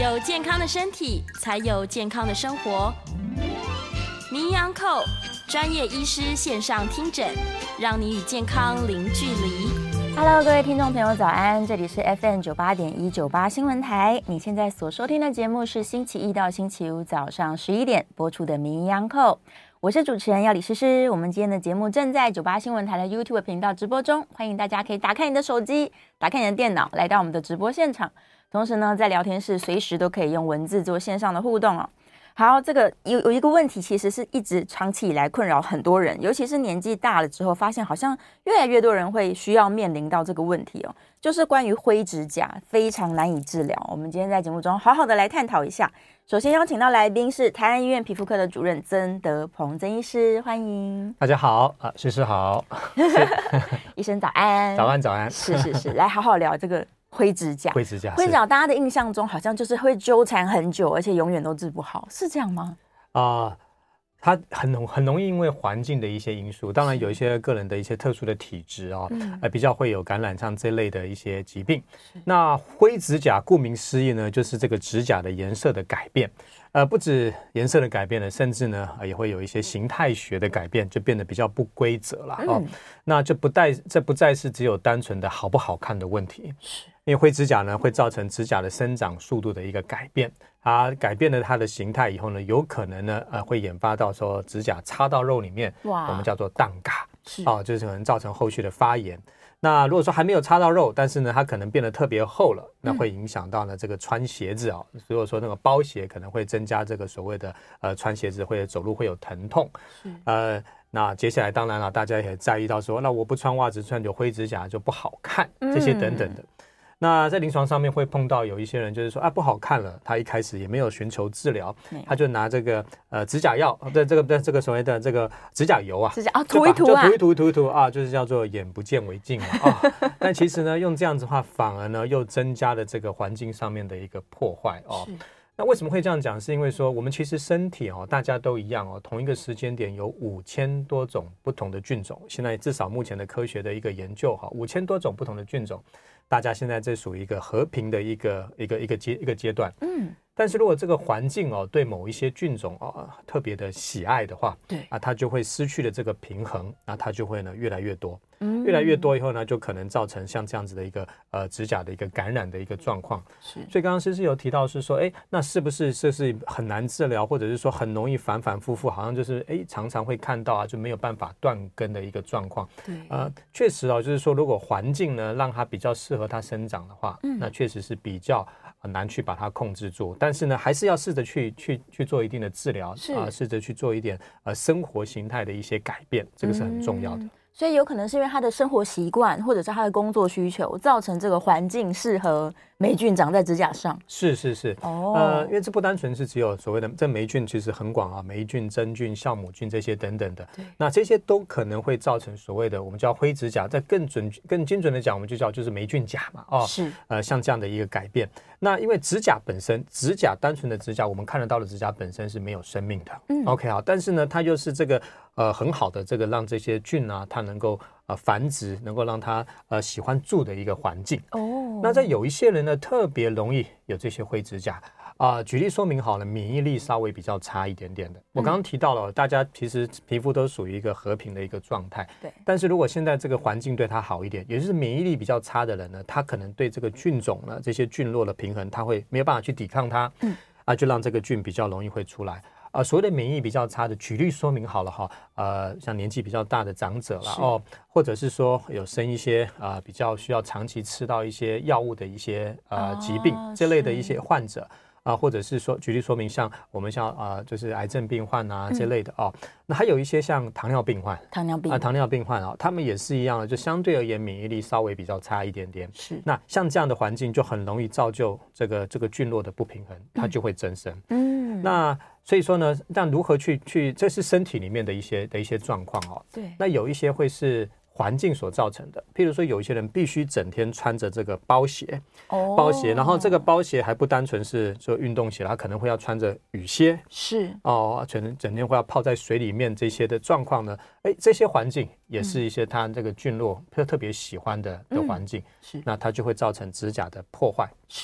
有健康的身体，才有健康的生活。名医安扣专业医师线上听诊，让你与健康零距离。 Hello， 各位听众朋友，早安！这里是 FM 98.198新闻台。你现在所收听的节目是星期一到星期五早上11点播出的名医安扣，我是主持人要李诗诗。我们今天的节目正在98新闻台的 YouTube 频道直播中，欢迎大家可以打开你的手机，打开你的电脑，来到我们的直播现场。同时呢，在聊天室随时都可以用文字做线上的互动哦。好，这个有一个问题，其实是一直长期以来困扰很多人，尤其是年纪大了之后，发现好像越来越多人会需要面临到这个问题哦，就是关于灰指甲非常难以治疗。我们今天在节目中好好的来探讨一下。首先邀请到来宾是台安医院皮肤科的主任曾德鹏曾医师，欢迎。 大家好啊，诗诗好， 医生早安。 早安早安， 是，来好好聊这个灰指甲。 灰指甲， 大家的印象中好像就是会纠缠很久，而且永远都治不好，是这样吗？ 它很容易因为环境的一些因素，当然有一些个人的一些特殊的体质比较会有感染上这类的一些疾病。那灰指甲顾名思义呢，就是这个指甲的颜色的改变，不止颜色的改变了，甚至呢也会有一些形态学的改变，就变得比较不规则了那这不再是只有单纯的好不好看的问题。因为灰指甲呢会造成指甲的生长速度的一个改变，它改变了它的形态以后呢，有可能呢会演发到说指甲插到肉里面，我们叫做荡嘎，就是可能造成后续的发炎。那如果说还没有插到肉，但是呢它可能变得特别厚了，那会影响到呢这个穿鞋子如果说那个包鞋可能会增加这个所谓的穿鞋子会走路会有疼痛。那接下来当然了，大家也在意到说，那我不穿袜子穿有灰指甲就不好看，这些等等的。那在临床上面会碰到有一些人就是说不好看了，他一开始也没有寻求治疗，他就拿这个指甲药这个所谓的这个指甲油涂一涂就是叫做眼不见为净但其实呢用这样子的话，反而呢又增加了这个环境上面的一个破坏那为什么会这样讲？是因为说我们其实身体大家都一样同一个时间点有5000多种不同的菌种，现在至少目前的科学的一个研究5000多种不同的菌种，大家现在这属于一个和平的一个阶段。但是如果这个环境对某一些菌种特别的喜爱的话，对它就会失去了这个平衡，那它就会呢越来越多，越来越多以后呢，就可能造成像这样子的一个指甲的一个感染的一个状况。所以刚刚诗诗有提到是说，那是不是这是很难治疗，或者是说很容易反反复复，好像就是常常会看到就没有办法断根的一个状况。确实就是说如果环境呢让它比较适合它生长的话，那确实是比较难去把它控制住，但是呢还是要试着去做一定的治疗试着去做一点生活形态的一些改变，这个是很重要的。 所以有可能是因为他的生活习惯或者是他的工作需求造成这个环境适合霉菌长在指甲上。 是因为这不单纯是只有所谓的这霉菌，其实很广霉菌、真菌、酵母菌这些等等的，那这些都可能会造成所谓的我们叫灰指甲，在更精准的讲，我们就叫就是霉菌甲嘛像这样的一个改变。那因为指甲本身，单纯的指甲我们看得到的指甲本身是没有生命的OK 好，但是呢它又是这个很好的这个让这些菌它能够繁殖，能够让它喜欢住的一个环境那在有一些人呢特别容易有这些灰指甲举例说明好了，免疫力稍微比较差一点点的。我刚刚提到了，大家其实皮肤都属于一个和平的一个状态，但是如果现在这个环境对他好一点，也就是免疫力比较差的人呢，他可能对这个菌种呢这些菌落的平衡，他会没有办法去抵抗它就让这个菌比较容易会出来所谓的免疫比较差的，举例说明好了像年纪比较大的长者啦或者是说有生一些比较需要长期吃到一些药物的一些疾病这类的一些患者或者是说举例说明像我们像就是癌症病患这类的那还有一些像糖尿病患他们也是一样的，就相对而言免疫力稍微比较差一点点。那像这样的环境就很容易造就这个菌落的不平衡，它就会增生那所以说呢，但如何去这是身体里面的一些状况那有一些会是环境所造成的，譬如说有一些人必须整天穿着这个包鞋然后这个包鞋还不单纯是说运动鞋，他可能会要穿着雨靴整天会要泡在水里面，这些的状况呢这些环境也是一些他这个菌落特别喜欢的环境那它就会造成指甲的破坏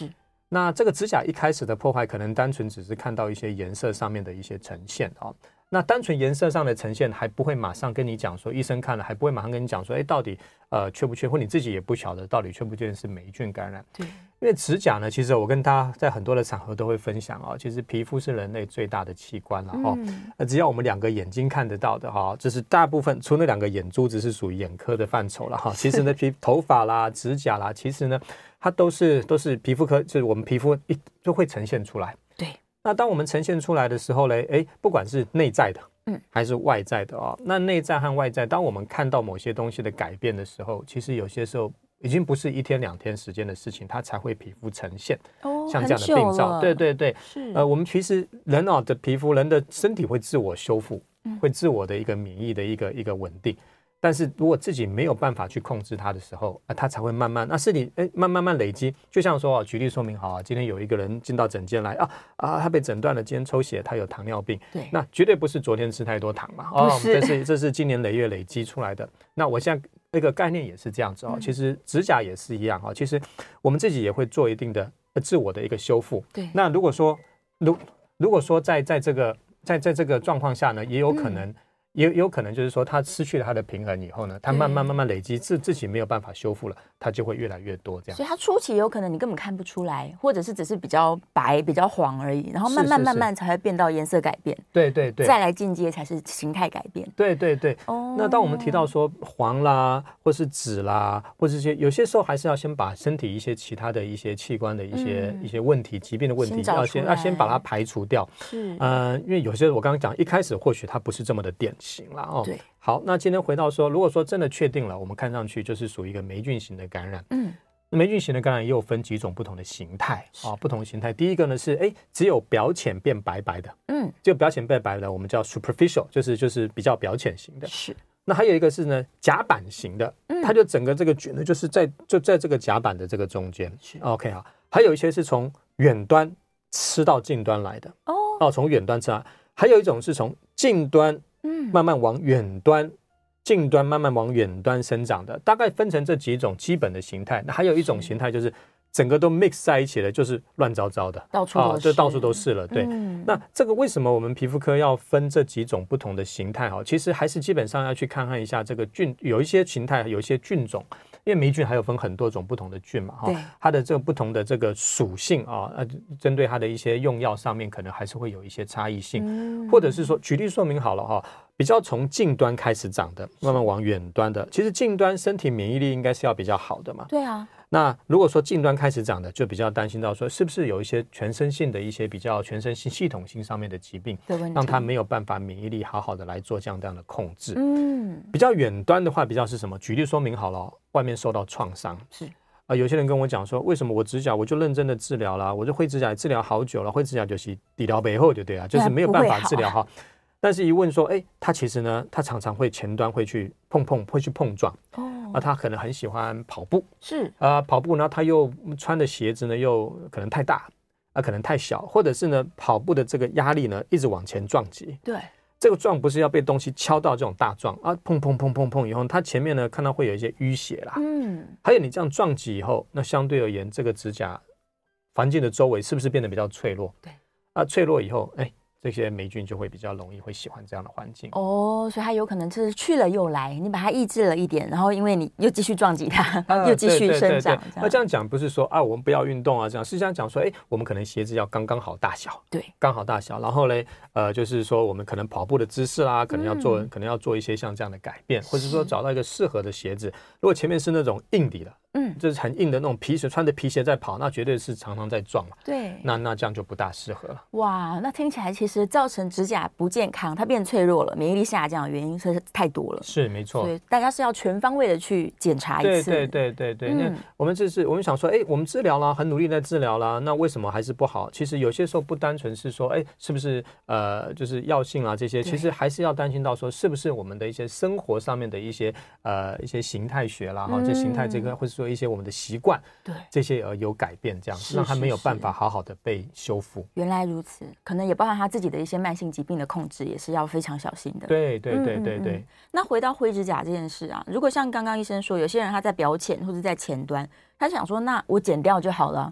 那这个指甲一开始的破坏，可能单纯只是看到一些颜色上面的一些呈现啊。那单纯颜色上的呈现，还不会马上跟你讲说，医生看了还不会马上跟你讲说，到底缺不缺，或你自己也不晓得到底缺不缺是霉菌感染。 对， 因为指甲呢，其实我跟大家在很多的场合都会分享哦，其实皮肤是人类最大的器官了哈。只要我们2个眼睛看得到的哈，就是大部分除了2个眼珠子是属于眼科的范畴了哈。其实呢，头发啦、指甲啦，其实呢，它都是皮肤科，就是我们皮肤就会呈现出来。 对。 那当我们呈现出来的时候呢，不管是内在的，还是外在的哦，那内在和外在，当我们看到某些东西的改变的时候，其实有些时候已经不是1天2天时间的事情，它才会皮肤呈现像这样的病灶。对对对，是我们其实人的皮肤，人的身体会自我修复，会自我的一个免疫的一个稳定。但是如果自己没有办法去控制它的时候，它才会慢慢，那身体慢慢累积。就像说举例说明好，今天有一个人进到诊间来他被诊断了，今天抽血，他有糖尿病。对，那绝对不是昨天吃太多糖嘛，这是经年累月累积出来的。那我现在这个概念也是这样子其实指甲也是一样其实我们自己也会做一定的自我的一个修复。对，那如果说在这个状况下呢，也有可能。也有可能就是说，他失去了他的平衡以后呢，他慢慢累积，自己没有办法修复了，他就会越来越多这样。 所以他初期有可能你根本看不出来，或者是只是比较白、比较黄而已，然后慢慢才会变到颜色改变。对对对，再来进阶才是形态改变。对对对。那当我们提到说黄啦，或是紫啦，或是有些时候还是要先把身体一些其他的一些器官的一些问题、疾病的问题，要先把它排除掉。是。因为有些我刚刚讲一开始或许它不是这么的典型了对。好，那今天回到说，如果说真的确定了，我们看上去就是属于一个霉菌型的感染。霉菌型的感染也有分几种不同的形态不同的形态。第一个呢是只有表浅变白白的，只有表浅变白的，我们叫 superficial， 就是比较表浅型的。是。那还有一个是呢甲板型的，它就整个这个菌呢就是在这个甲板的这个中间。OK 好，还有一些是从远端吃到近端来的从远端吃来，还有一种是从近端慢慢往远端，近端慢慢往远端生长的，大概分成这几种基本的形态。那还有一种形态就是整个都 mix 在一起了，就是乱糟糟的，到处都是，就到处都是了。对，那这个为什么我们皮肤科要分这几种不同的形态？其实还是基本上要去看看一下这个菌，有一些形态，有一些菌种。因为霉菌还有分很多种不同的菌嘛，它的这个不同的这个属性针对它的一些用药上面可能还是会有一些差异性，或者是说举例说明好了比较从近端开始长的，慢慢往远端的，其实近端身体免疫力应该是要比较好的嘛。对啊。那如果说近端开始长的，就比较担心到说是不是有一些全身性的一些比较全身性系统性上面的疾病，让它没有办法免疫力好好的来做这样的控制。比较远端的话，比较是什么？举例说明好了，外面受到创伤是。有些人跟我讲说，为什么我指甲我就认真的治疗啦，我就灰指甲治疗好久了，灰指甲就是治疗背后就对啊，就是没有办法治疗哈。但是一问说，他其实呢，他常常会前端会去碰撞他可能很喜欢跑步，是跑步呢，他又穿的鞋子呢又可能太大可能太小，或者是呢跑步的这个压力呢一直往前撞击。对，这个撞不是要被东西敲到这种大撞碰以后，它前面呢看到会有一些淤血啦。还有你这样撞击以后，那相对而言，这个指甲环境的周围是不是变得比较脆弱？对，脆弱以后，这些霉菌就会比较容易会喜欢这样的环境所以它有可能是去了又来，你把它抑制了一点，然后因为你又继续撞击它，又继续生长。那这样讲不是说我们不要运动这样，是这样讲说我们可能鞋子要刚刚好大小，对，刚好大小，然后呢就是说我们可能跑步的姿势啦，可能要做一些像这样的改变，或者说找到一个适合的鞋子。如果前面是那种硬底的就是很硬的那种皮鞋，穿着皮鞋在跑，那绝对是常常在撞嘛。对，那这样就不大适合了。哇，那听起来其实造成指甲不健康，它变脆弱了，免疫力下降的原因是太多了。是没错，所以大家是要全方位的去检查一次。对。那我们想说，我们治疗啦，很努力在治疗啦，那为什么还是不好？其实有些时候不单纯是说，是不是就是药性啊这些，其实还是要担心到说，是不是我们的一些生活上面的一些形态学啦，这形态这个或者说一些我们的习惯，对这些有改变，这样让他没有办法好好的被修复。原来如此，可能也包含他自己的一些慢性疾病的控制，也是要非常小心的。对。那回到灰指甲这件事如果像刚刚医生说，有些人他在表浅或者在前端，他想说那我剪掉就好了。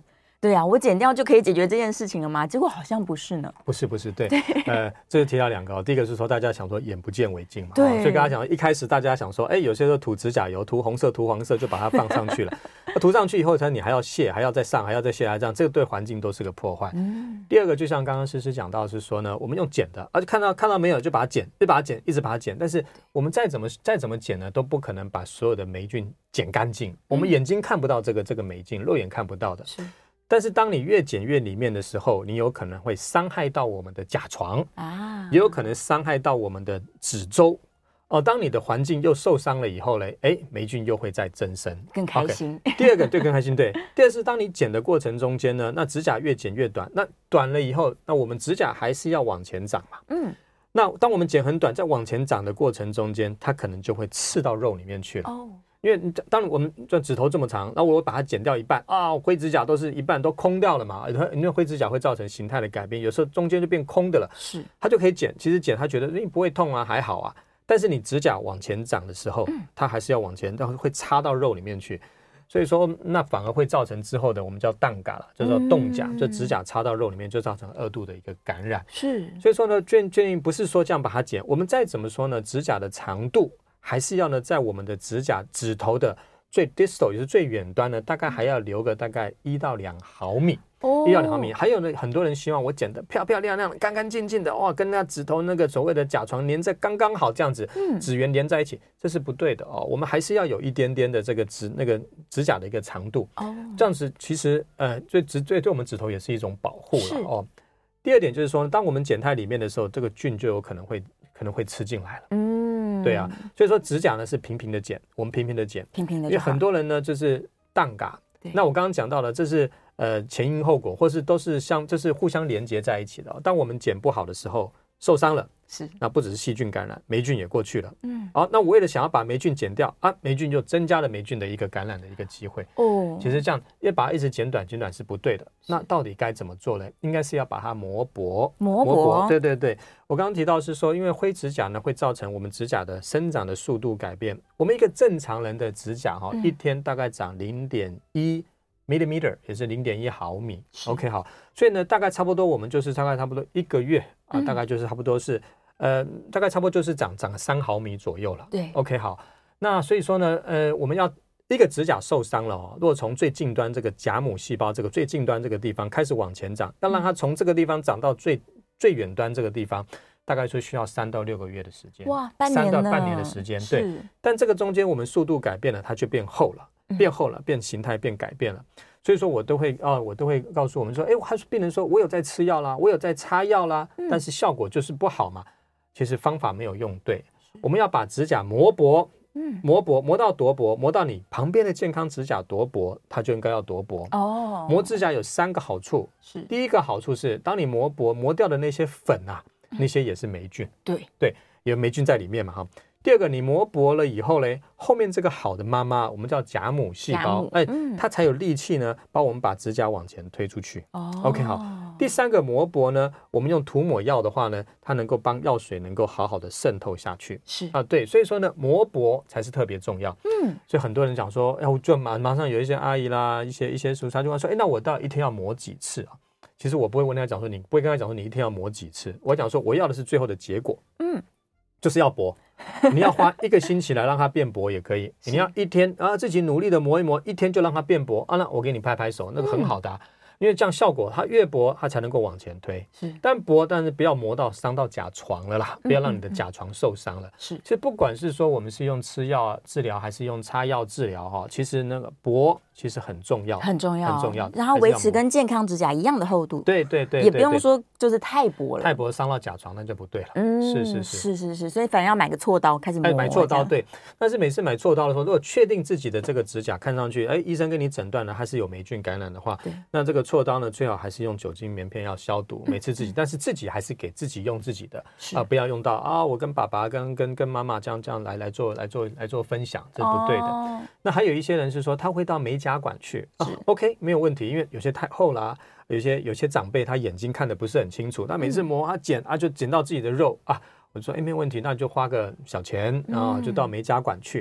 对啊，我剪掉就可以解决这件事情了吗？结果好像不是呢。 不是，对，这个提到2个第一个是说大家想说眼不见为净嘛， 对， 所以刚才讲一开始大家想说，有些时候涂指甲油，涂红色、涂黄色就把它放上去了，涂上去以后，你还要卸，还要再上，还要再卸，这样这个对环境都是个破坏。第二个就像刚刚诗诗讲到是说呢，我们用剪的，而且看到没有就把它剪，一直把它剪，但是我们再怎么剪呢，都不可能把所有的霉菌剪干净，我们眼睛看不到这个霉菌，肉眼看不到的。是。但是当你越剪越里面的时候，你有可能会伤害到我们的甲床啊，也有可能伤害到我们的脂周当你的环境又受伤了以后呢，霉菌又会再增生， 更开心。 第二个对，更开心。对，第二是当你剪的过程中间呢，那指甲越剪越短，那短了以后，那我们指甲还是要往前长嘛。那当我们剪很短，在往前长的过程中间，它可能就会刺到肉里面去了。因为当我们这指头这么长，那我把它剪掉一半灰指甲都是一半都空掉了嘛，因为灰指甲会造成形态的改变，有时候中间就变空的了，是它就可以剪。其实剪它觉得不会痛啊，还好啊，但是你指甲往前长的时候，它还是要往前，它会插到肉里面去，所以说那反而会造成之后的我们叫冻甲了，叫做冻甲，就指甲插到肉里面就造成2度的一个感染。是，所以说呢，建议不是说这样把它剪，我们再怎么说呢，指甲的长度还是要呢，在我们的指头的最 distal， 也是最远端呢，大概还要留个大概1到2毫米，1到2毫米。还有呢，很多人希望我剪得漂漂亮亮、干干净净的，跟那指头那个所谓的甲床连在刚刚好这样子，指缘连在一起，这是不对的我们还是要有一点点的这个指甲的一个长度，这样子其实对我们指头也是一种保护了第二点就是说，当我们剪太里面的时候，这个菌就有可能会吃进来了。对啊，所以说指甲呢是平平的剪，我们平平的剪，因为很多人呢就是冻甲。那我刚刚讲到了，这是前因后果，或是都是这是互相连接在一起的。当我们剪不好的时候，受伤了，是那不只是细菌感染，霉菌也过去了。好，那我为了想要把霉菌剪掉霉菌就增加了霉菌的一个感染的一个机会。其实这样要把它一直剪短是不对的。那到底该怎么做呢？应该是要把它磨薄。对，我刚刚提到是说，因为灰指甲呢会造成我们指甲的生长的速度改变。我们一个正常人的指甲一天大概长0.1 millimeter， 也是0.1毫米。OK， 好，所以呢，大概差不多我们就是大概差不多1个月大概就是差不多是大概差不多就是长3毫米左右了。对 ，OK， 好，那所以说呢，我们要一个指甲受伤了如果从最近端这个甲母细胞这个最近端这个地方开始往前长，要让它从这个地方长到最远端这个地方，大概是需要3到6个月的时间。哇，3到半年的时间。对，但这个中间我们速度改变了，它就变厚了。变形态变改变了，所以说我都会告诉我们说，病人说我有在吃药啦，我有在擦药啦，但是效果就是不好嘛。其实方法没有用对，我们要把指甲磨薄，磨到多薄，磨到你旁边的健康指甲多薄，它就应该要多薄。磨指甲有3个好处，第一个好处是，当你磨薄磨掉的那些粉那些也是霉菌，对，有霉菌在里面嘛第二个，你磨薄了以后呢，后面这个好的妈妈，我们叫甲母细胞，它才有力气呢，我们把指甲往前推出去。OK， 好。第3个磨薄呢，我们用涂抹药的话呢，它能够帮药水能够好好的渗透下去。是对，所以说呢，磨薄才是特别重要。所以很多人讲说，我就马上有一些阿姨啦，一些叔叔就会说，那我到底一天要磨几次啊？其实我不会跟他讲说，你不会跟他讲说你一天要磨几次，我讲说我要的是最后的结果。就是要薄，你要花1个星期来让它变薄也可以，你要1天自己努力的磨一磨，1天就让它变薄那我给你拍拍手，那个很好的因为这样效果，它越薄它才能够往前推。但是不要磨到伤到甲床了啦，不要让你的甲床受伤了。其实不管是说我们是用吃药治疗还是用擦药治疗其实那个薄其实很重要，很重要， 然后维持跟健康指甲一样的厚度。 对， 也不用说就是太薄了， 太薄伤到甲床那就不对了。 是，所以反正要买个锉刀开始磨。 买锉刀对，但是每次买锉刀的时候，如果确定自己的这个指甲看上去，医生跟你诊断了它是有霉菌感染的话，那这个锉刀呢，最好还是用酒精棉片要消毒，每次自己，但是自己还是给自己用自己的不要用到我跟爸爸跟妈妈这样来做分享，这是不对的。那还有一些人是说他会到美甲馆去，OK 没有问题，因为有些太厚啦，有些长辈他眼睛看得不是很清楚，他每次磨剪就剪到自己的肉我说没有问题，那就花个小钱就到美甲馆去。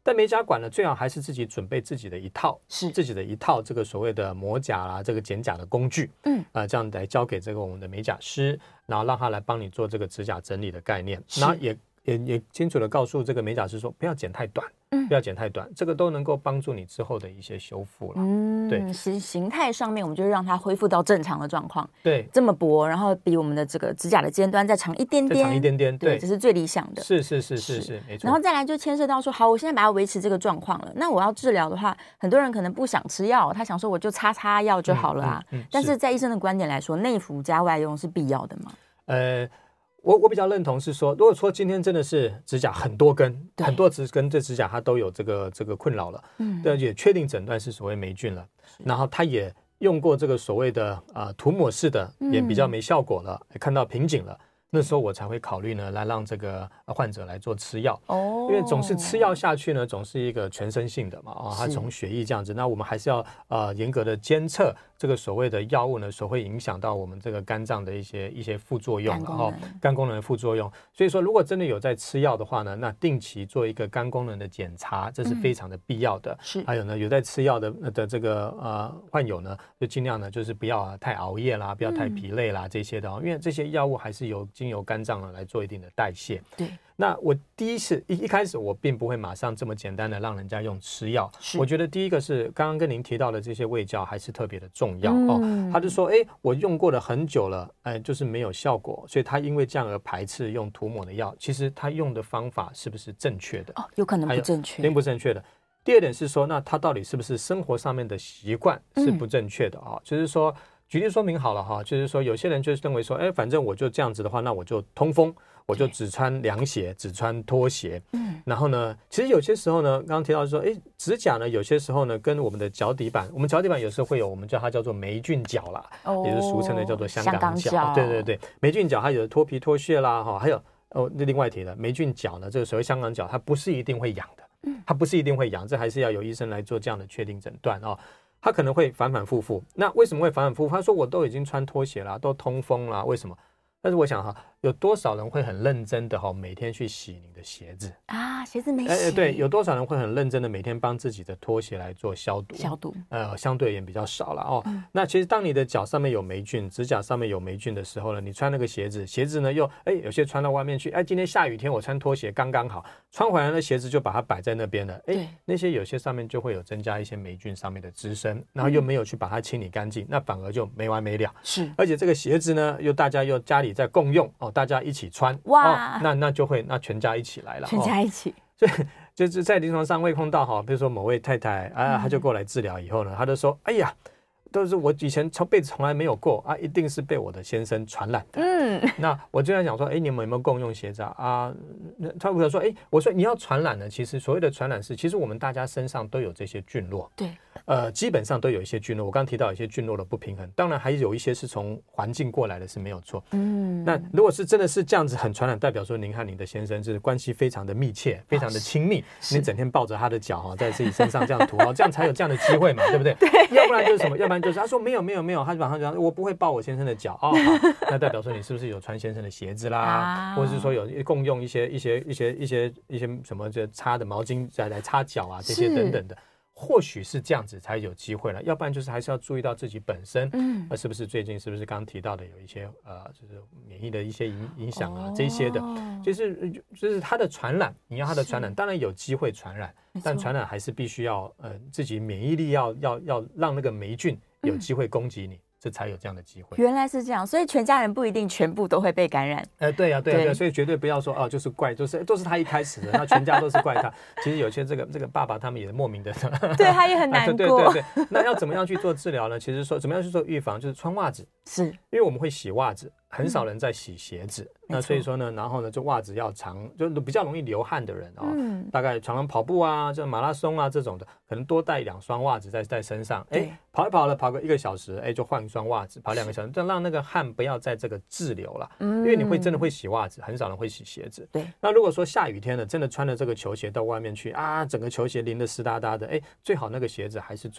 但美甲馆呢，最好还是自己准备自己的一套， 是自己的一套这个所谓的磨甲啦，这个剪甲的工具，这样来交给这个我们的美甲师，然后让他来帮你做这个指甲整理的概念，然后也清楚的告诉这个美甲师说，不要剪太短，不要剪太短，这个都能够帮助你之后的一些修复了。对， 形态上面我们就让它恢复到正常的状况。 对， 这么薄，然后比我们的这个指甲的尖端再长一点点， 再长一点点， 对，这是最理想的。 是，没错。 然后再来就牵涉到说，好，我现在把它维持这个状况了，那我要治疗的话，很多人可能不想吃药，他想说我就擦药就好了啊。但是在医生的观点来说，内服加外用是必要的吗？ 我比较认同是说，如果说今天真的是指甲很多根，很多根这指甲它都有这个困扰了，对，也确定诊断是所谓霉菌了，然后他也用过这个所谓的涂抹式的，也比较没效果了，看到瓶颈了。那时候我才会考虑呢，来让这个患者来做吃药，因为总是吃药下去呢，总是一个全身性的嘛，它从血液这样子，那我们还是要严格的监测这个所谓的药物呢，所会影响到我们这个肝脏的一些副作用，肝功能的副作用。所以说，如果真的有在吃药的话呢，那定期做一个肝功能的检查，这是非常的必要的。还有呢，有在吃药的这个患友呢，就尽量呢就是不要太熬夜啦，不要太疲累啦这些的，因为这些药物还是经由肝脏来做一定的代谢。 对。 那我一开始我并不会马上这么简单的让人家用吃药，我觉得第一个是刚刚跟您提到的这些卫教还是特别的重要他就说我用过了很久了，就是没有效果，所以他因为这样而排斥用涂抹的药，其实他用的方法是不是正确的？ 有可能不正确， 并不正确的。第二点是说，那他到底是不是生活上面的习惯是不正确的就是说举例说明好了就是说有些人就是认为说反正我就这样子的话，那我就通风，我就只穿凉鞋，只穿拖鞋。然后呢，其实有些时候呢，刚刚提到说指甲呢有些时候呢跟我们的脚底板，我们脚底板有时候会有我们叫它叫做霉菌角啦，也是俗称的叫做香港脚。对，霉菌角它有脱皮脱屑啦还有另外提的霉菌角呢，这个所谓香港脚它不是一定会痒的，它不是一定会痒，这还是要有医生来做这样的确定诊断他可能会反反复复。那为什么会反反复复？他说我都已经穿拖鞋啦，都通风啦，为什么？但是我想有多少人会很认真的每天去洗你的鞋子啊？鞋子没洗。 对，有多少人会很认真的每天帮自己的拖鞋来做消毒？相对而言比较少了那其实当你的脚上面有霉菌，指甲上面有霉菌的时候呢，你穿那个鞋子呢又有些穿到外面去，今天下雨天我穿拖鞋刚刚好，穿回来的鞋子就把它摆在那边了，那些有些上面就会有增加一些霉菌上面的滋生，然后又没有去把它清理干净，那反而就没完没了。 是， 而且这个鞋子呢大家又家里在共用大家一起穿，哇，那就会那全家一起来了， 全家一起。 所以就是在临床上会碰到比如说某位太太她就过来治疗以后呢，她就说哎呀，都是我以前辈子从来没有过一定是被我的先生传染的。那我就在想说你们有没有共用鞋子他会说我说你要传染呢，其实所谓的传染是其实我们大家身上都有这些菌落。 对， 基本上都有一些菌落，我刚刚提到有一些菌落的不平衡，当然还有一些是从环境过来的，是没有错。那如果是真的是这样子很传染，代表说您和您的先生是关系非常的密切，非常的亲密，你整天抱着他的脚在自己身上这样涂这样才有这样的机会嘛，对不对？ 对， 要不然就是什么？要不然就是他说没有，他就马上讲我不会抱我先生的脚好，那代表说你是不是有穿先生的鞋子啦，或者是说有共用一些什么就擦的毛巾来擦脚这些等等的。或许是这样子才有机会了，要不然就是还是要注意到自己本身，是不是最近是不是刚刚提到的有一些就是免疫的一些影响这些的，就是它的传染，你要它的传染，当然有机会传染，但传染还是必须要自己免疫力要让那个霉菌有机会攻击你。这才有这样的机会。 原来是这样，所以全家人不一定全部都会被感染。 对啊，所以绝对不要说就是怪，都是他一开始的，那全家都是怪他。其实有些这个爸爸他们也莫名的， 对他也很难过。 对，那要怎么样去做治疗呢？其实说怎么样去做预防，就是穿袜子， 是因为我们会洗袜子，很少人在洗鞋子。那所以说呢，然后呢，就袜子要长，就比较容易流汗的人大概常常跑步这马拉松这种的，可能多带2双袜子在身上。跑个1个小时，就换1双袜子，跑2个小时，让那个汗不要在这个滞留了。因为你会真的会洗袜子，很少人会洗鞋子。 对。 那如果说下雨天了，真的穿了这个球鞋到外面去整个球鞋淋得湿哒哒的，最好那个鞋子还是做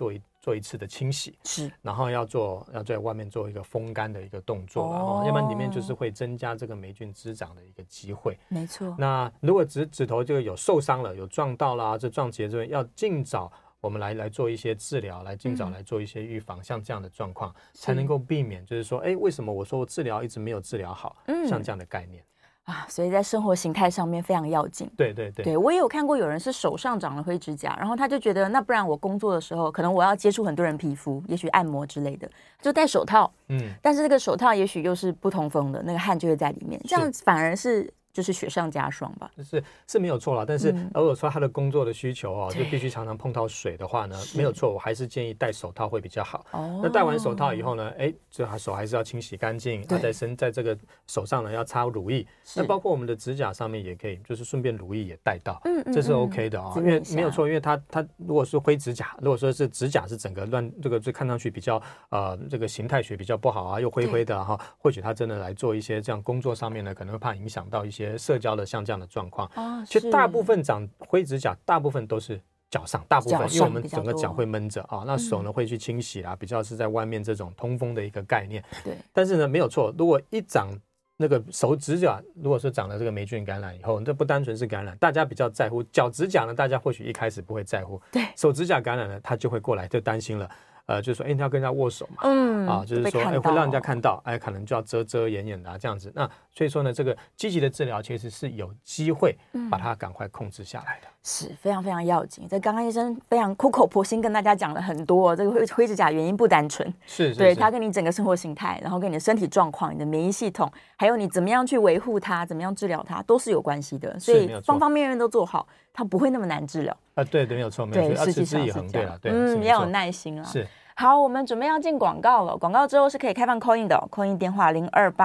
做一次的清洗， 是， 然后要在外面做一个风干的一个动作，然后要不然里面就是会增加这个霉菌滋长的一个机会。 没错。 那如果指头这个有受伤了，有撞到啦，这撞结这要尽早我们来做一些治疗，尽早来做一些预防，像这样的状况才能够避免，就是说，为什么我说我治疗一直没有治疗好，像这样的概念。 所以在生活形态上面非常要紧。对，我也有看过有人是手上长了灰指甲，然后他就觉得那不然我工作的时候可能我要接触很多人皮肤，也许按摩之类的，就戴手套，但是这个手套也许又是不通风的，那个汗就会在里面，这样反而是就是雪上加霜吧。 是没有错啦，但是如果说他的工作的需求就必须常常碰到水的话呢，没有错，我还是建议戴手套会比较好。那戴完手套以后呢，这手还是要清洗干净，在这个手上呢要擦乳液，那包括我们的指甲上面也可以，就是顺便乳液也带到，这是 OK 的因为没有错，因为它如果是灰指甲，如果说是指甲是整个乱，这个看上去比较这个形态学比较不好啊，又灰灰的或许他真的来做一些这样工作上面呢，可能会怕影响到一些社交的像这样的状况。其实大部分长灰指甲，大部分都是脚上，大部分因为我们整个脚会闷着那手呢会去清洗啦，比较是在外面这种通风的一个概念。 对， 但是呢没有错，如果一长那个手指甲，如果是长了这个霉菌感染以后，这不单纯是感染，大家比较在乎脚指甲呢，大家或许一开始不会在乎， 对， 手指甲感染了，他就会过来就担心了。就是说，你要跟人家握手嘛，就是说，会让人家看到，可能就要遮掩的这样子。那所以说呢，这个积极的治疗其实是有机会把它赶快控制下来的， 是非常非常要紧。这刚刚医生非常苦口婆心跟大家讲了很多，这个灰指甲原因不单纯，对它跟你整个生活形态，然后跟你的身体状况、你的免疫系统，还有你怎么样去维护它、怎么样治疗它，都是有关系的。所以方方面面都做好，它不会那么难治疗。 对，没有错，没有错，要持之以恒，对了，对， 要有耐心啊。 是。 好，我们准备要进广告了。广告之后是可以开放 call in 的，call in 电话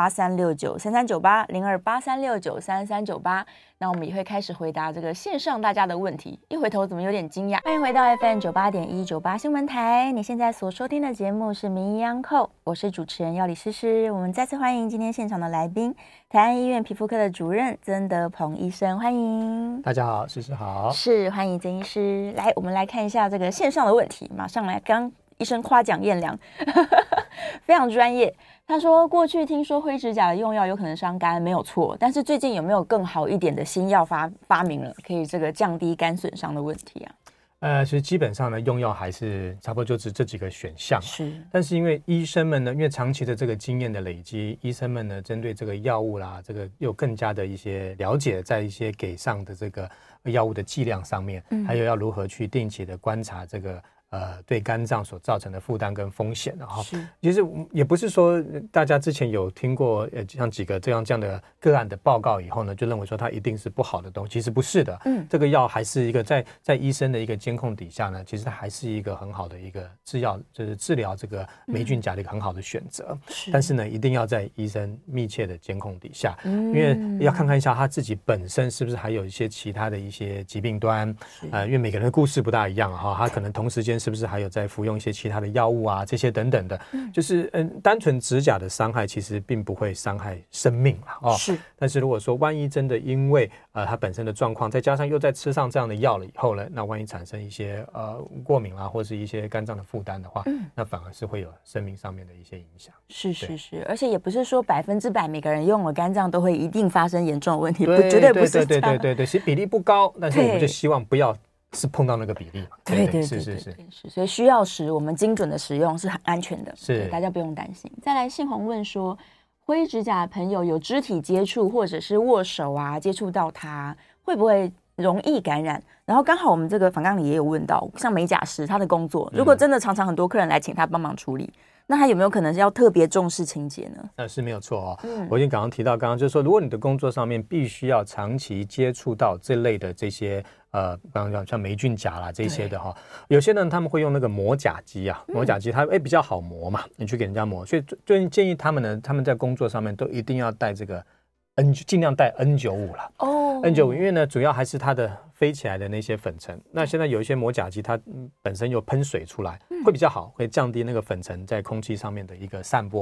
0283693398，0283693398。那我们也会开始回答这个线上大家的问题。一回头怎么有点惊讶？欢迎回到 FM 98.198新闻台。你现在所收听的节目是名医央叩，我是主持人药理诗诗。我们再次欢迎今天现场的来宾，台安医院皮肤科的主任曾德鹏医生，欢迎。 大家好，诗诗好。 是，欢迎曾医师。来，我们来看一下这个线上的问题，马上来。刚医生夸奖燕良非常专业。他说过去听说灰指甲的用药有可能伤肝，没有错，但是最近有没有更好一点的新药发明了，可以这个降低肝损伤的问题啊？其实基本上呢，用药还是差不多就是这几个选项。 是， 但是因为医生们呢，因为长期的这个经验的累积，医生们呢针对这个药物啦，这个又更加的一些了解，在一些给上的这个药物的剂量上面，还有要如何去定期的观察这个对肝脏所造成的负担跟风险的哈。其实也不是说大家之前有听过像几个这样的个案的报告以后呢，就认为说它一定是不好的东西，其实不是的。这个药还是一个在医生的一个监控底下呢，其实它还是一个很好的一个就是治疗这个霉菌甲的一个很好的选择。但是呢，一定要在医生密切的监控底下，因为要看看一下他自己本身是不是还有一些其他的一些疾病端。因为每个人的故事不大一样哈，他可能同时间是不是还有在服用一些其他的药物啊，这些等等的，就是单纯指甲的伤害其实并不会伤害生命是。 但是如果说万一真的因为它本身的状况，再加上又再吃上这样的药了以后呢，那万一产生一些过敏啦，或是一些肝脏的负担的话，那反而是会有生命上面的一些影响。 是，而且也不是说100%每个人用了肝脏都会一定发生严重的问题，绝对不是这样。 对，其实比例不高，但是我们就希望不要是碰到那个比例嘛。 对，是，所以需要时我们精准的使用是很安全的， 是大家不用担心。再来，信宏问说，灰指甲的朋友有肢体接触或者是握手啊，接触到它会不会容易感染？然后刚好我们这个访纲里也有问到，像美甲师他的工作，如果真的常常很多客人来请他帮忙处理，那他有没有可能是要特别重视清洁呢？是没有错我已经刚刚提到，就是说，如果你的工作上面必须要长期接触到这类的这些刚刚讲像霉菌甲啦这些的有些人他们会用那个磨甲机啊，磨甲机它比较好磨嘛，你去给人家磨，所以就建议他们呢，他们在工作上面都一定要带这个尽量带 N95 啦。N95 因为呢主要还是它的飞起来的那些粉尘，那现在有一些磨甲机它本身有喷水出来，会比较好，会降低那个粉尘在空气上面的一个散播。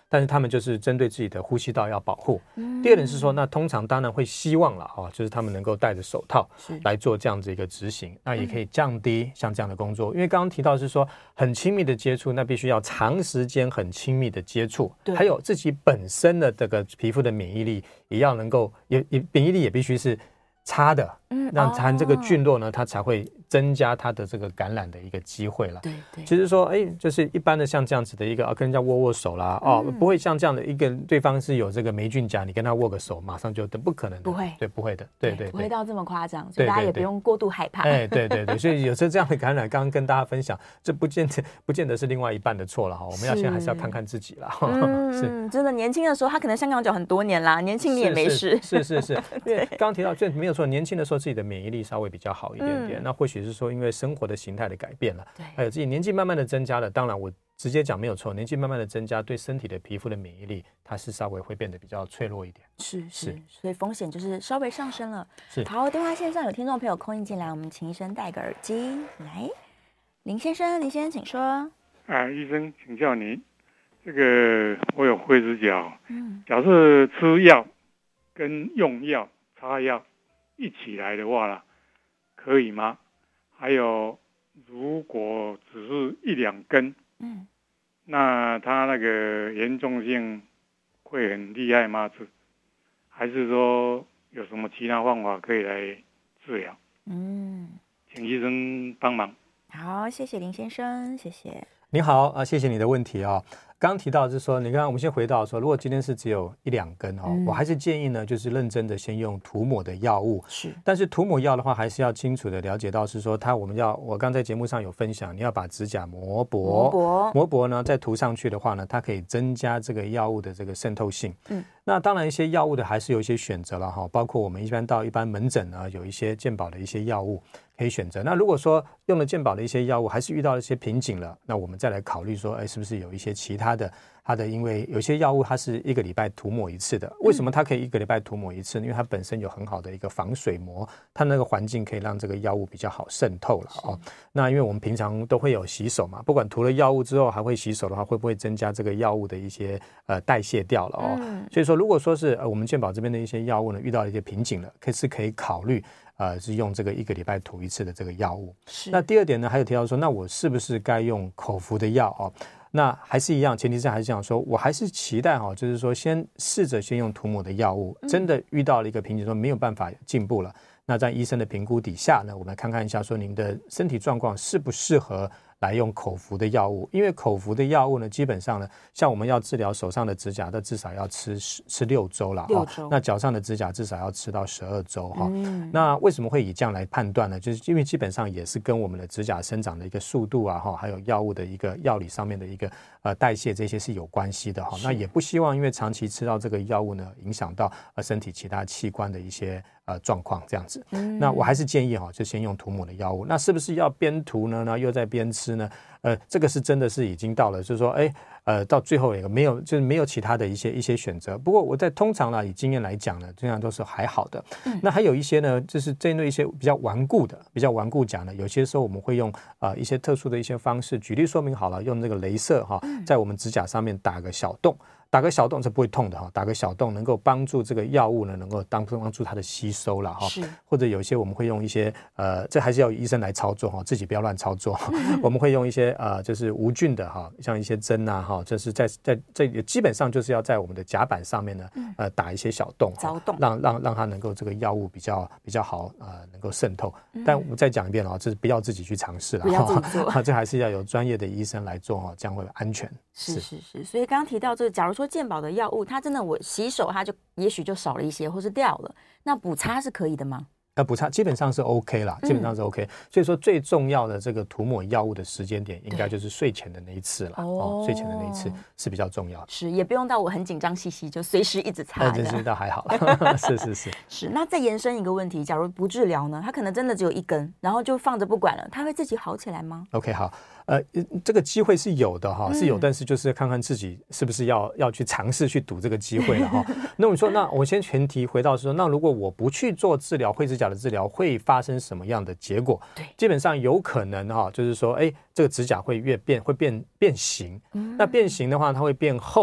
但是他们就是针对自己的呼吸道要保护。第二点是说，那通常当然会希望了就是他们能够戴着手套来做这样子一个执行，那也可以降低像这样的工作。因为刚刚提到是说很亲密的接触，那必须要长时间很亲密的接触，还有自己本身的这个皮肤的免疫力也要能够免疫力也必须是差的，让它这个菌落呢，它才会增加它的这个感染的一个机会了。 对对， 其实说，就是一般的像这样子的一个跟人家握手啦，不会像这样的一个对方是有这个霉菌夹，你跟他握个手，马上就不可能的， 不会， 对，不会的，对， 不会到这么夸张，所以大家也不用过度害怕。 对，所以有时候这样的感染，刚刚跟大家分享，这不见得是另外一半的错了哈，我们现在还是要看看自己啦。 是真的，年轻的时候他可能香港脚很多年啦，年轻你也没事。 是，因为刚刚提到，就没有错，年轻的时候自己的免疫力稍微比较好一点点，那或许是说因为生活的形态的改变了，还有自己年纪慢慢的增加了，当然我直接讲没有错，年纪慢慢的增加，对身体的皮肤的免疫力，它是稍微会变得比较脆弱一点。 是，所以风险就是稍微上升了。 是， 好，电话线上有听众朋友空音进来，我们请医生戴个耳机来。林先生请说。 医生请教您，这个我有灰指甲，假设吃药跟用药擦药一起来的话啦，可以吗？还有，如果只是一两根，那它那个严重性会很厉害吗？还是说有什么其他方法可以来治疗？请医生帮忙。 好，谢谢林先生，谢谢。 你好谢谢你的问题刚提到就是说，你看我们先回到说，如果今天是只有一两根我还是建议呢，就是认真的先用涂抹的药物。 是， 但是涂抹药的话，还是要清楚的了解到是说，我刚在节目上有分享，你要把指甲磨薄呢，再涂上去的话呢，它可以增加这个药物的这个渗透性。那当然一些药物的还是有一些选择了包括我们到一般门诊呢，有一些健保的一些药物可以选择。那如果说用了健保的一些药物，还是遇到一些瓶颈了，那我们再来考虑说，是不是有一些其他的，因为有些药物它是1个礼拜涂抹一次的。为什么它可以1个礼拜涂抹一次呢？因为它本身有很好的一个防水膜，它那个环境可以让这个药物比较好渗透了那因为我们平常都会有洗手嘛，不管涂了药物之后还会洗手的话，会不会增加这个药物的一些代谢掉了所以说如果说是我们健保这边的一些药物呢遇到一些瓶颈了，可以考虑是用这个1个礼拜涂一次的这个药物。那第二点呢，还有提到说，那我是不是该用口服的药那还是一样，前提是还是讲说，我还是期待就是说先试着先用涂抹的药物，真的遇到了一个瓶颈说没有办法进步了，那在医生的评估底下呢，我们看看一下说您的身体状况适不适合来用口服的药物。因为口服的药物呢，基本上呢，像我们要治疗手上的指甲，那至少要吃6周了那脚上的指甲至少要吃到12周那为什么会以这样来判断呢？就是因为基本上也是跟我们的指甲生长的一个速度还有药物的一个药理上面的一个代谢，这些是有关系的那也不希望因为长期吃到这个药物呢，影响到身体其他器官的一些状况这样子。那我还是建议就先用涂抹的药物。那是不是要边涂呢又在边吃呢？这个是真的是已经到了，就是说到最后一个没有其他的一些选择。不过我在通常以经验来讲呢，通常都是还好的。那还有一些呢，就是针对一些比较顽固甲呢，有些时候我们会用一些特殊的一些方式。举例说明好了，用这个雷射在我们指甲上面打个小洞是不会痛的打个小洞能够帮助这个药物呢能够帮助它的吸收了或者有些我们会用一些这还是要医生来操作自己不要乱操作我们会用一些就是无菌的像一些针就是在基本上就是要在我们的甲板上面呢打一些小洞让它能够这个药物比较好能够渗透。但我再讲一遍这是不要自己去尝试了， 不要自己做这还是要有专业的医生来做这样会安全。 是，所以刚刚提到这个，假如说健保的药物它真的我洗手它就也许就少了一些或是掉了，那补擦是可以的吗？ 补擦基本上是 OK 啦，基本上是 OK。所以说最重要的这个涂抹药物的时间点，应该就是睡前的那一次了。睡前的那一次是比较重要的。 是，也不用到我很紧张兮兮就随时一直擦。 这是倒还好了。是。 那再延伸一个问题，假如不治疗呢？它可能真的只有一根，然后就放着不管了，它会自己好起来吗 ？OK， 好。这个机会是有的是有，但是就是看看自己是不是要去尝试去赌这个机会了那我说，那我先前提回到说，那如果我不去做治疗，灰指甲的治疗会发生什么样的结果？ 对， 基本上有可能就是说，这个指甲会变形。那变形的话，它会变厚。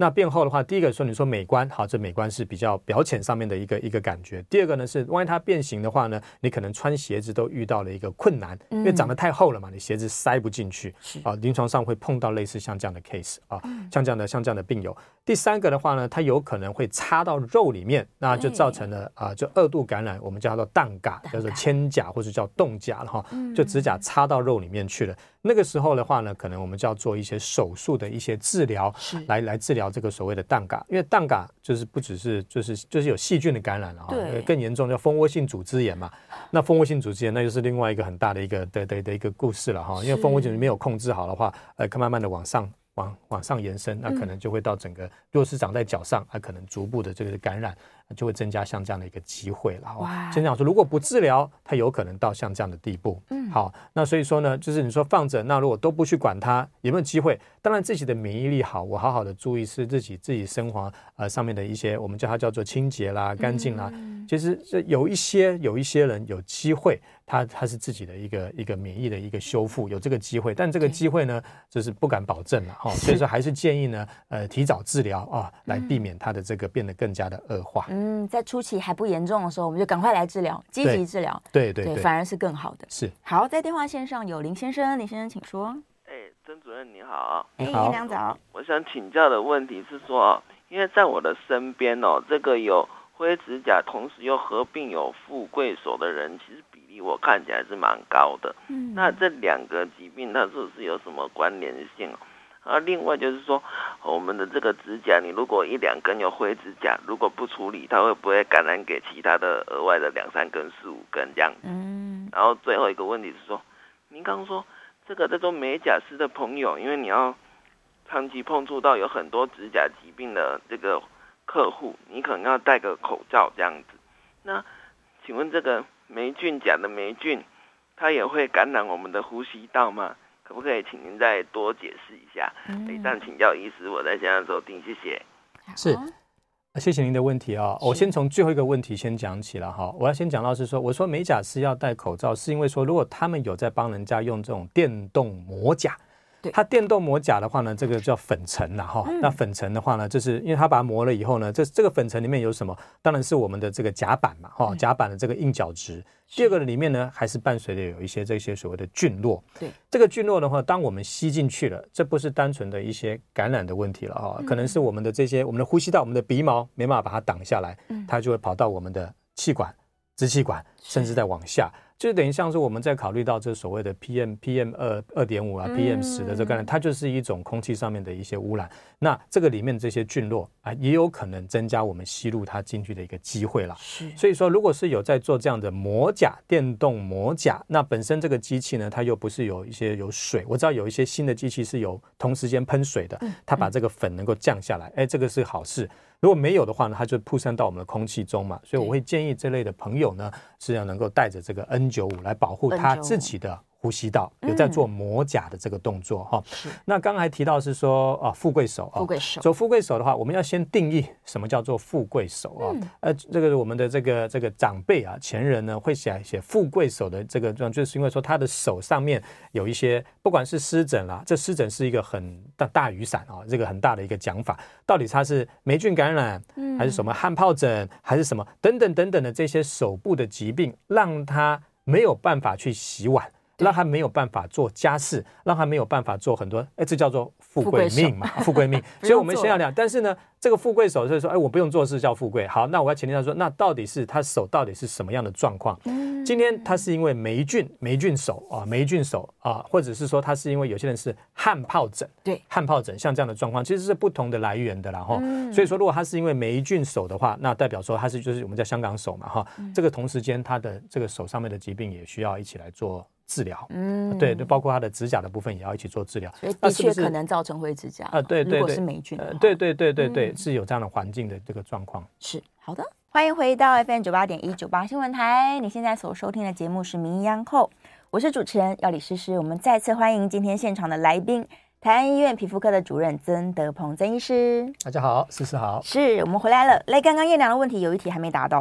那变厚的话，第一个说你说美观，好，这美观是比较表浅上面的一个感觉。第二个呢是，万一它变形的话呢，你可能穿鞋子都遇到了一个困难，因为长得太厚了嘛，你鞋子塞不进去啊。临床上会碰到类似像这样的 case 啊，像这样的病友。第三个的话呢，它有可能会插到肉里面，那就造成了就2度感染，我们叫做荡甲，叫做铅甲或者叫冻甲了哈，就指甲插到肉里面去了。那个时候的话呢，可能我们就要做一些手术的一些治疗，来治疗这个所谓的荡甲，因为荡甲就是不只是就是有细菌的感染了哈，更严重叫蜂窝性组织炎嘛。那蜂窝性组织炎那就是另外一个很大的一个的一个故事了哈，因为蜂窝性组织没有控制好的话，慢慢的往上延伸，那可能就会到整个，如果是长在脚上，可能逐步的这个感染就会增加像这样的一个机会了。先讲说，如果不治疗，它有可能到像这样的地步。好，那所以说呢，就是你说放着，那如果都不去管它，有没有机会？当然自己的免疫力好，我好好的注意是自己生活上面的一些，我们叫它叫做清洁啦、干净啦。其实有一些人有机会，他是自己的一个免疫的一个修复，有这个机会，但这个机会呢，就是不敢保证了哈。所以说还是建议呢，提早治疗啊，来避免它的这个变得更加的恶化。 在初期还不严重的时候，我们就赶快来治疗，积极治疗， 对， 反而是更好的。 是。 好，在电话线上有林先生，林先生请说。 曾主任你好。 好，院长早。 我想请教的问题是说，因为在我的身边这个有灰指甲，同时又合并有富贵手的人，其实比例我看起来是蛮高的。那这2个疾病它是不是有什么关联性？另外就是说，我们的这个指甲，你如果1、2根有灰指甲，如果不处理，它会不会感染给其他的额外的2、3根、4、5根这样子？然后最后一个问题是说，您刚刚说这个在做美甲师的朋友，因为你要长期碰触到有很多指甲疾病的这个客户，你可能要戴个口罩这样子。那请问这个霉菌甲的霉菌，它也会感染我们的呼吸道吗？可不可以请您再多解释一下？以上请教医师，我在线上收听，谢谢。 是，谢谢您的问题啊。我先从最后一个问题先讲起了哈。我要先讲到是说，我说美甲师要戴口罩，是因为说如果他们有在帮人家用这种电动磨甲。它电动磨甲的话呢，这个叫粉尘啦哈。那粉尘的话呢，就是因为它把它磨了以后呢，这个粉尘里面有什么？当然是我们的这个甲板嘛哈，甲板的这个硬角质。第二个里面呢，还是伴随着有一些这些所谓的菌落。对，这个菌落的话，当我们吸进去了，这不是单纯的一些感染的问题了哈，可能是我们的呼吸道、我们的鼻毛没办法把它挡下来，它就会跑到我们的气管、支气管，甚至再往下。就等于像是我们在考虑到这所谓的 PM2.5 啊 PM10 的这个概念，它就是一种空气上面的一些污染。那这个里面这些菌落也有可能增加我们吸入它进去的一个机会啦。所以说，如果是有在做这样的磨甲、电动磨甲，那本身这个机器呢，它又不是有水。我知道有一些新的机器是有同时间喷水的，它把这个粉能够降下来，这个是好事。如果没有的话呢，它就曝散到我们的空气中嘛，所以我会建议这类的朋友呢，是要能够带着这个 N95来保护他自己的呼吸道，有在做磨甲的这个动作哈。那刚才提到是说富贵手啊，走富贵手的话，我们要先定义什么叫做富贵手啊。这个我们的这个长辈啊，前人呢会写富贵手的这个，就是因为说他的手上面有一些，不管是湿疹啦，这湿疹是一个很大雨伞啊，这个很大的一个讲法，到底它是霉菌感染，还是什么汗疱疹，还是什么等等的这些手部的疾病，让他没有办法去洗碗。让他没有办法做家事，让他没有办法做很多，这叫做富贵命嘛，富贵命。所以我们先要聊，但是呢，这个富贵手就是说，我不用做事叫富贵。好，那我要前提到说，那到底是他手到底是什么样的状况？今天他是因为霉菌手啊，或者是说他是因为有些人是汗疱疹，对，汗疱疹像这样的状况，其实是不同的来源的啦哈。所以说，如果他是因为霉菌手的话，那代表说他是就是我们叫香港手嘛哈。这个同时间他的这个手上面的疾病也需要一起来做治疗，对，包括它的指甲的部分也要一起做治疗， 所以的确可能造成灰指甲对， 如果是霉菌， 对，是有这样的环境的这个状况。 是好的，欢迎回到 FM98.198 新闻台，你现在所收听的节目是名医央叩，我是主持人药理诗诗。我们再次欢迎今天现场的来宾，台安医院皮肤科的主任曾德鹏曾医师。 大家好，诗诗好。 是我们回来了，来，刚刚燕良的问题有一题还没答到。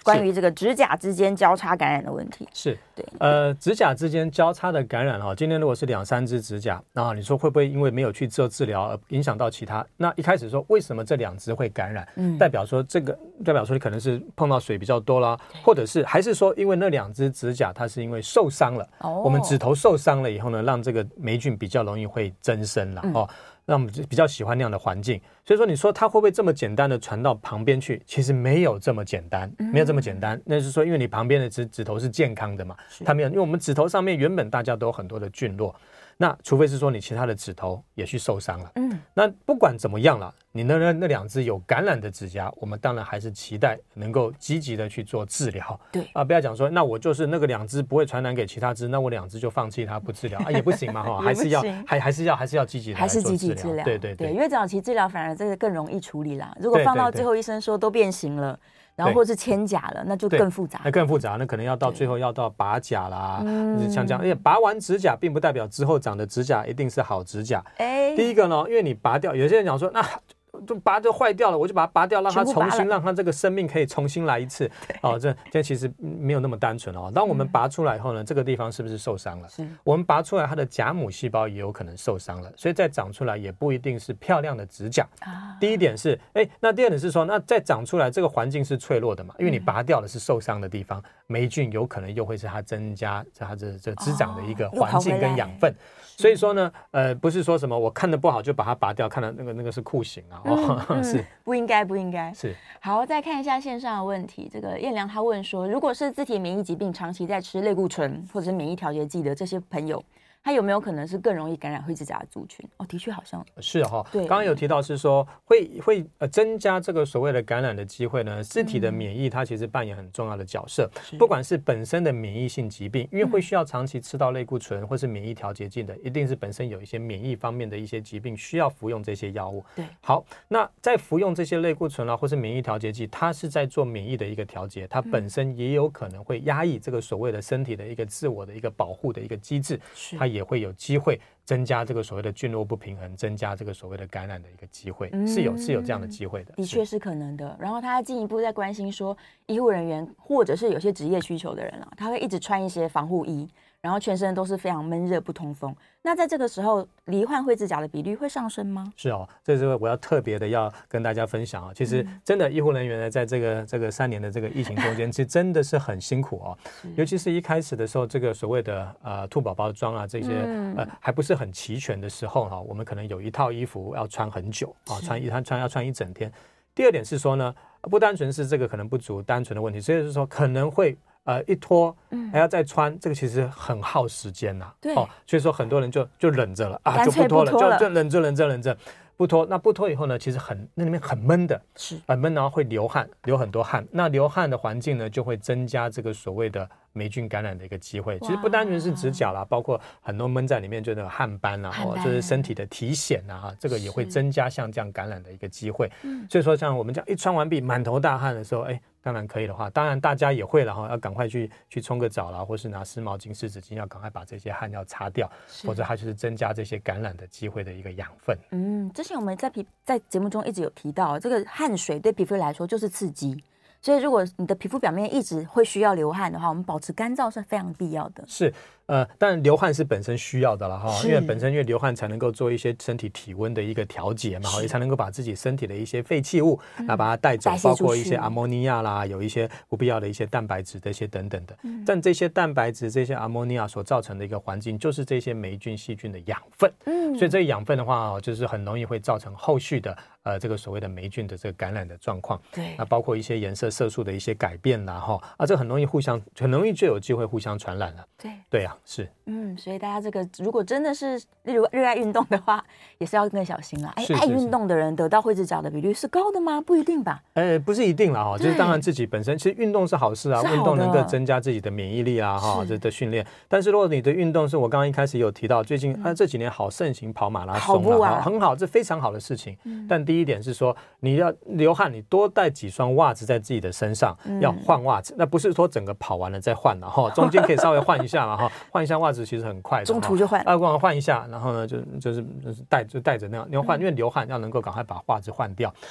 关于这个指甲之间交叉感染的问题。 是， 对， 指甲之间交叉的感染今天如果是2-3只指甲，那你说会不会因为没有去做治疗而影响到其他？那一开始说为什么这2只会感染？代表说你可能是碰到水比较多啦，或者是还是说因为那2只指甲它是因为受伤了，我们指头受伤了以后呢，让这个霉菌比较容易会增生了让我们比较喜欢那样的环境。所以说你说它会不会这么简单的传到旁边去？其实没有这么简单，没有这么简单。那是说因为你旁边的指头是健康的嘛，它没有，因为我们指头上面原本大家都有很多的菌落，那除非是说你其他的指头也去受伤了，那不管怎么样了，你那2只有感染的指甲，我们当然还是期待能够积极的去做治疗。 对不要讲说那我就是那个2只不会传染给其他只，那我2只就放弃它不治疗也不行嘛还是要积极的来做治疗。对， 越早期治疗反而这个更容易处理啦。如果放到最后医生说都变形了，然后或是牵甲了，那就更复杂。 那更复杂，那可能要到最后要到拔甲啦，像这样。而且拔完指甲，并不代表之后长的指甲一定是好指甲。第一个呢，因为你拔掉，有些人讲说，那就拔就坏掉了，我就把它拔掉，让它重新，让它这个生命可以重新来一次。这其实没有那么单纯当我们拔出来以后呢，这个地方是不是受伤了？我们拔出来，它的甲母细胞也有可能受伤了，所以再长出来也不一定是漂亮的指甲。第一点是，那第二点是说，那再长出来这个环境是脆弱的嘛，因为你拔掉的是受伤的地方，霉菌有可能又会是它增加它这滋长的一个环境跟养分。所以说呢，不是说什么我看得不好就把它拔掉，看到那个是酷刑是不应该是。 好，再看一下线上的问题，这个燕良他问说，如果是自体免疫疾病长期在吃类固醇或者是免疫调节剂的这些朋友，它有没有可能是更容易感染灰指甲的族群？的确好像是对，刚刚有提到是说会增加这个所谓的感染的机会呢。自体的免疫它其实扮演很重要的角色，不管是本身的免疫性疾病，因为会需要长期吃到类固醇或是免疫调节剂的，一定是本身有一些免疫方面的一些疾病需要服用这些药物。 对， 好，那在服用这些类固醇或是免疫调节剂，它是在做免疫的一个调节，它本身也有可能会压抑这个所谓的身体的一个自我的一个保护的一个机制，它也会有机会增加这个所谓的菌落不平衡，增加这个所谓的感染的一个机会，是有这样的机会的， 的确是可能的。然后他进一步在关心说，医护人员或者是有些职业需求的人他会一直穿一些防护衣，然后全身都是非常闷热不通风。那在这个时候，罹患灰指甲的比率会上升吗？ 是这是我要特别的要跟大家分享其实真的医护人员呢，在这个3年的这个疫情中间，其实真的是很辛苦尤其是一开始的时候，这个所谓的兔宝宝装这些还不是很齐全的时候我们可能有一套衣服要穿很久要穿一整天。第二点是说呢，不单纯是这个可能不足单纯的问题，所以是说可能会一脱还要再穿，这个其实很耗时间对所以说很多人就忍着了就不脱了，就忍着不脱。那不脱以后呢，其实那里面很闷的，很闷，然后会流汗，流很多汗。那流汗的环境呢，就会增加这个所谓的霉菌感染的一个机会。其实不单纯是指甲啦，包括很多闷在里面就那个汗斑就是身体的体癣这个也会增加像这样感染的一个机会。所以说像我们这样一穿完毕满头大汗的时候，当然可以的话，当然大家也会了要赶快去冲个澡啦，或是拿湿毛巾、湿纸巾，要赶快把这些汗要擦掉，否则它就是增加这些感染的机会的一个养分。 之前我们在节目中一直有提到，这个汗水对皮肤来说就是刺激，所以如果你的皮肤表面一直会需要流汗的话，我们保持干燥是非常必要的。是。 但流汗是本身需要的了因为本身因为流汗才能够做一些身体体温的一个调节嘛，也才能够把自己身体的一些废弃物把它带走，包括一些阿莫尼亚啦，有一些不必要的一些蛋白质这些等等的。但这些蛋白质、这些阿莫尼亚所造成的一个环境，就是这些霉菌、细菌的养分。所以这个养分的话就是很容易会造成后续的这个所谓的霉菌的这个感染的状况。 对， 那包括一些颜色、色素的一些改变啦这很容易就有机会互相传染了。对啊。是， 所以大家这个如果真的是例如热爱运动的话，也是要更小心啦。爱运动的人得到灰指甲的比率是高的吗？不一定吧。 不是一定啦就是当然自己本身其实运动是好事运动能够增加自己的免疫力这的训练。但是如果你的运动是我刚刚一开始有提到，最近这几年好盛行跑马拉松很好，这非常好的事情。但第一点是说你要流汗，你多带几双袜子在自己的身上，要换袜子。那不是说整个跑完了再换了中间可以稍微换一下嘛换一下袜子其实很快的， 中途就换， 换一下，然后呢就是带着那样，你要换，因为流汗要能够赶快把袜子换掉。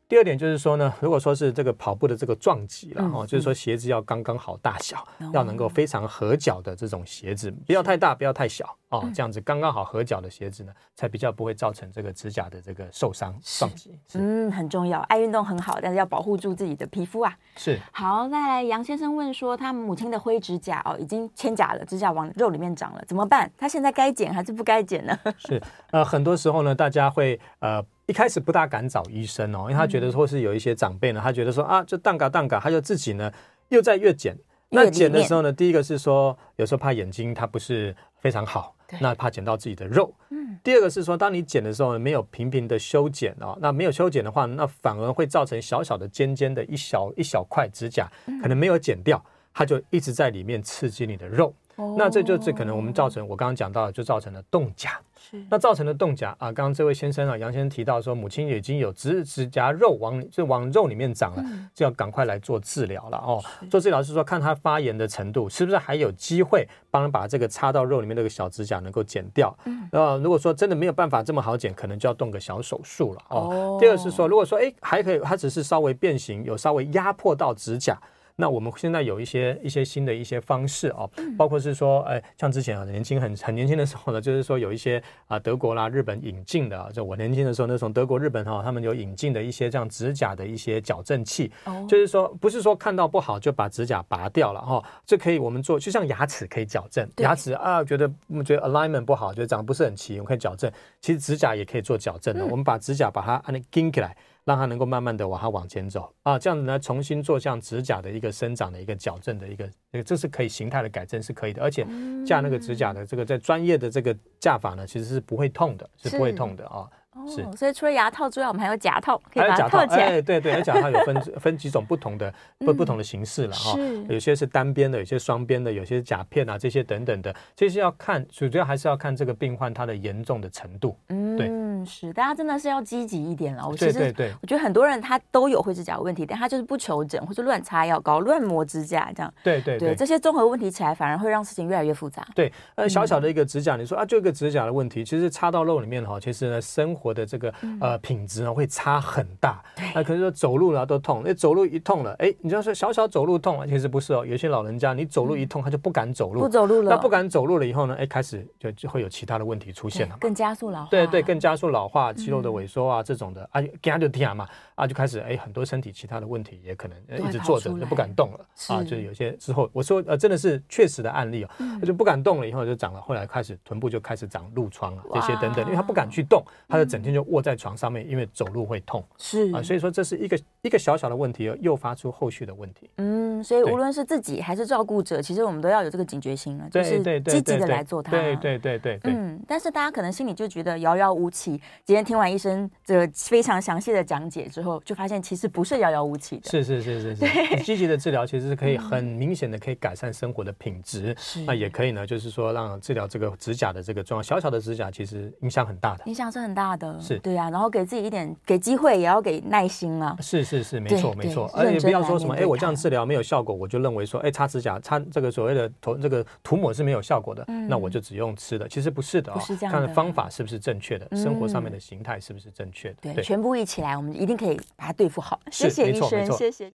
第二点就是说呢，如果说是这个跑步的这个撞击了就是说鞋子要刚刚好大小，要能够非常合脚的这种鞋子，不要太大，不要太小这样子刚刚好合脚的鞋子呢，才比较不会造成这个指甲的这个受伤撞击。 很重要，爱运动很好，但是要保护住自己的皮肤啊。 是。 好，再来杨先生问说，他母亲的灰指甲已经牵甲了，指甲往肉里面长了，怎么办？他现在该剪还是不该剪呢？ 是，很多时候呢，大家会一开始不大敢找医生因为他觉得说是有一些长辈呢，他觉得说就荡嘎，他就自己呢又在越剪。那剪的时候呢，第一个是说有时候怕眼睛它不是非常好，那怕剪到自己的肉。第二个是说，当你剪的时候没有平平的修剪那没有修剪的话，那反而会造成小小的尖尖的一小块指甲，可能没有剪掉，它就一直在里面刺激你的肉。那这就是可能我们造成我刚刚讲到的，就造成了冻甲。那造成的冻甲刚刚这位先生杨先生提到说，母亲已经有指甲肉往肉里面长了，就要赶快来做治疗了做治疗是说看他发炎的程度是不是还有机会帮把这个插到肉里面那个小指甲能够剪掉。如果说真的没有办法这么好剪，可能就要动个小手术了第二是说，如果说还可以，它只是稍微变形，有稍微压迫到指甲。那我们现在有一些新的一些方式包括是说，像之前很年轻的时候呢，就是说有一些德国啦、日本引进的，就我年轻的时候，那从德国、日本他们有引进的一些这样指甲的一些矫正器，就是说不是说看到不好就把指甲拔掉了这可以我们做，就像牙齿可以矫正，牙齿觉得 alignment 不好，觉得长得不是很齐，我们可以矫正，其实指甲也可以做矫正的，我们把指甲把它钉起来。让它能够慢慢的往前走这样子呢，重新做像指甲的一个生长的一个矫正的一个，这是可以形态的改正是可以的，而且架那个指甲的这个在专业的这个架法呢，其是不会痛的，是不会痛的是， 所以除了牙套之外，我们还有甲套，可以把它套起来。 对，而甲套有分几种不同的形式了有些是单边的，有些双边的，有些甲片这些等等的，这些要看，主要还是要看这个病患他的严重的程度。对。 是，大家真的是要积极一点了。 对， 我觉得很多人他都有灰指甲问题，但他就是不求诊，或者乱擦药膏、乱磨指甲这样。对，这些综合问题起来，反而会让事情越来越复杂。 对，小小的一个指甲，你说就一个指甲的问题，其实插到肉里面其实呢，生活的这个品质呢会差很大。可是说走路都痛，走路一痛了，你就说小走路痛其实不是有些老人家你走路一痛他就不敢走路， 不走路了。 那不敢走路了以后呢，开始就会有其他的问题出现了， 更加速老化。 对，更加速老化，肌肉的萎缩这种的怕就痛嘛就开始很多身体其他的问题也可能一直坐着就不敢动了就有些之后我说真的是确实的案例就不敢动了以后就长了，后来开始臀部就开始长褥疮这些等等，因为他不敢去动，他就整天就卧在床上面，因为走路会痛所以说这是一个小小的问题诱发出后续的问题。 所以无论是自己还是照顾者，其实我们都要有这个警觉心就是积极的来做它。 对。 但是大家可能心里就觉得遥遥无期。今天听完医生这个非常详细的讲解之后，就发现其实不是遥遥无期的。 是。积极的治疗其实是可以很明显的可以改善生活的品质，那也可以呢，就是说让治疗这个指甲的这个状况，小小的指甲其实影响很大的， 影响是很大的。 是， 对啊，然后给自己一点给机会，也要给耐心啊。 是，没错。而且不要说什么我这样治疗没有效果，我就认为说擦指甲擦这个所谓的这个涂抹是没有效果的，那我就只用吃的，其实不是的不是这样的， 看方法是不是正确的，生活上面的形态是不是正确的， 对，全部一起来，我们一定可以把它对付好。谢谢医生，谢谢。